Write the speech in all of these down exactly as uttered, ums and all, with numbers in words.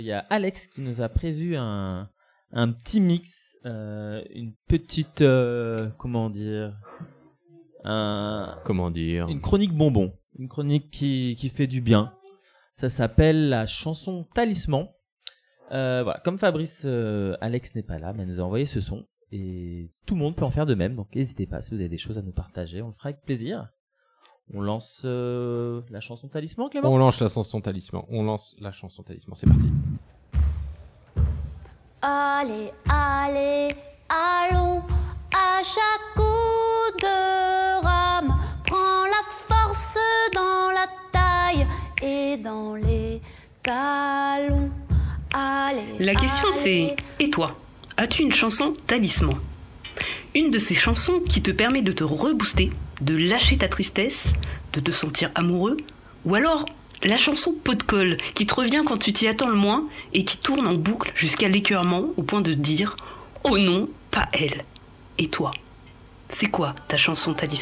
Il y a Alex qui nous a prévu un, un petit mix, euh, une petite, euh, comment dire, un, comment dire, une chronique bonbon, une chronique qui, qui fait du bien. Ça s'appelle la chanson Talisman. Euh, voilà, comme Fabrice, euh, Alex n'est pas là, mais elle nous a envoyé ce son et tout le monde peut en faire de même. Donc n'hésitez pas si vous avez des choses à nous partager, on le fera avec plaisir. On lance euh, la chanson Talisman, Clément ? On lance la chanson Talisman. On lance la chanson Talisman. C'est parti. Allez, allez, allons à chaque coup de rame. Prends la force dans la taille et dans les talons. Allez, la question allez. c'est, et toi, as-tu une chanson Talisman ? Une de ces chansons qui te permet de te rebooster, de lâcher ta tristesse, de te sentir amoureux, ou alors la chanson pot de colle qui te revient quand tu t'y attends le moins et qui tourne en boucle jusqu'à l'écœurement au point de te dire « Oh non, pas elle ». Et toi, c'est quoi ta chanson Talisman ?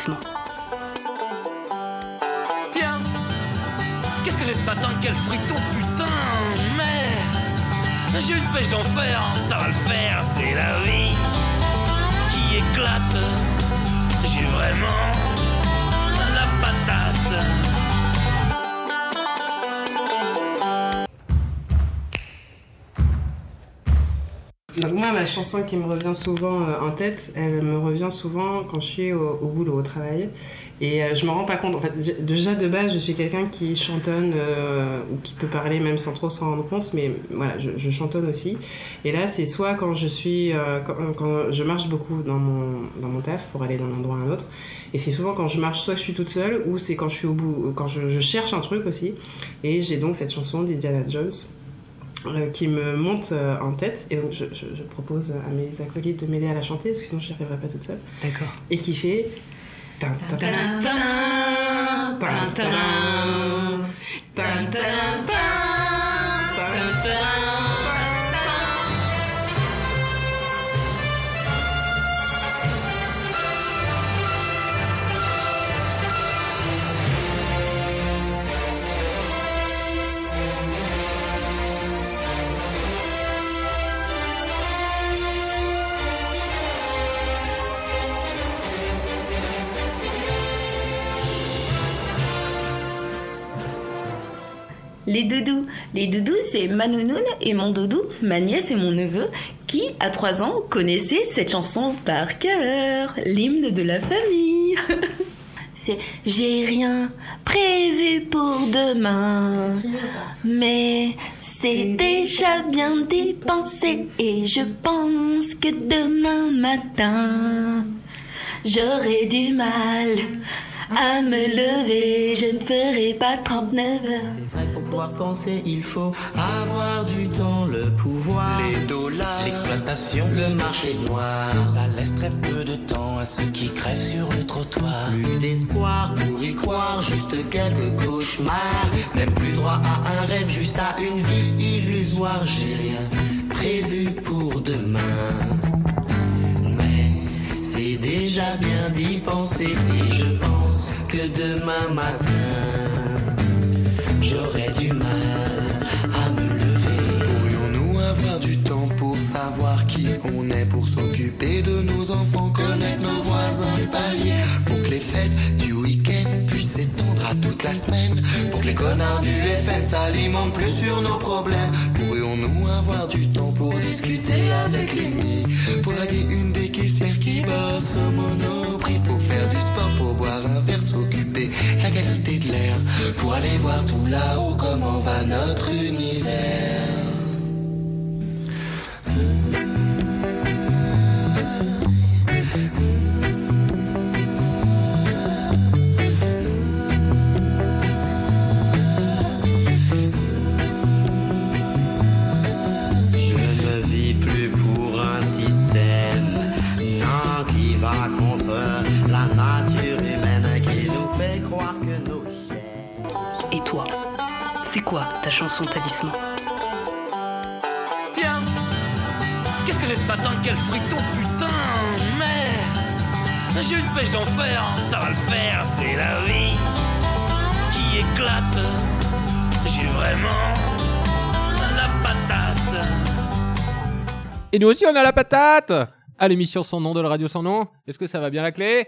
Tiens, qu'est-ce que j'ai ce matin ? Quel friton, putain, merde. J'ai une pêche d'enfer, ça va le faire, c'est la vie qui éclate. J'ai vraiment la patate. Donc moi, ma chanson qui me revient souvent euh, en tête, elle me revient souvent quand je suis au, au boulot, au travail. Et euh, je me rends pas compte. En fait, j- déjà de base, je suis quelqu'un qui chantonne euh, ou qui peut parler même sans trop s'en rendre compte, mais voilà, je, je chantonne aussi. Et là, c'est soit quand je suis, euh, quand, quand je marche beaucoup dans mon dans mon taf pour aller d'un endroit à un autre. Et c'est souvent quand je marche, soit je suis toute seule, ou c'est quand je suis au bout, quand je, je cherche un truc aussi. Et j'ai donc cette chanson d'Indiana Jones. Euh, qui me monte euh, en tête, et donc je, je, je propose à mes acolytes de m'aider à la chanter parce que sinon je n'y arriverai pas toute seule. D'accord. Et qui fait tin, tin, tin, tin, tin, tin, tin, tin, tin. Les doudous. Les doudous, c'est ma nounoune et mon doudou, ma nièce et mon neveu, qui, à trois ans, connaissaient cette chanson par cœur, l'hymne de la famille. C'est j'ai rien prévu pour demain, mais c'est déjà bien dépensé et je pense que demain matin j'aurai du mal à me lever, je ne ferai pas trente-neuf heures. C'est vrai, pour pouvoir penser, il faut avoir du temps, le pouvoir, les dollars, l'exploitation, le marché noir. Ça laisse très peu de temps à ceux qui crèvent sur le trottoir. Plus d'espoir pour y croire, juste quelques cauchemars. Même plus droit à un rêve, juste à une vie illusoire. J'ai rien prévu pour demain, mais c'est déjà bien d'y penser. Et je pense que demain matin j'aurai du mal à me lever. Pourrions-nous avoir du temps pour savoir qui on est, pour s'occuper de nos enfants, connaître nos voisins de palier, pour que les fêtes du week-end puissent s'étendre à toute la semaine, pour que les connards du F N s'alimentent plus sur nos problèmes. Pourrions-nous avoir du temps pour discuter avec l'ennemi, pour draguer une des caissières qui bosse au Monoprix, pour faire du sport, pour boire un verre, s'occuper de la qualité de l'air, pour aller voir tout là-haut comment va notre univers. Je ne vis plus pour un système, non, qui va contre la nature humaine, qui nous fait croire que nos chairs. Et toi, c'est quoi ta chanson Talisman ? Tiens, qu'est-ce que j'ai ce matin? Quel friton, putain, merde. J'ai une pêche d'enfer, ça va le faire, c'est la vie qui éclate. J'ai vraiment la patate. Et nous aussi, on a la patate. À l'émission Sans nom de la radio Sans nom. Est-ce que ça va bien la clé ?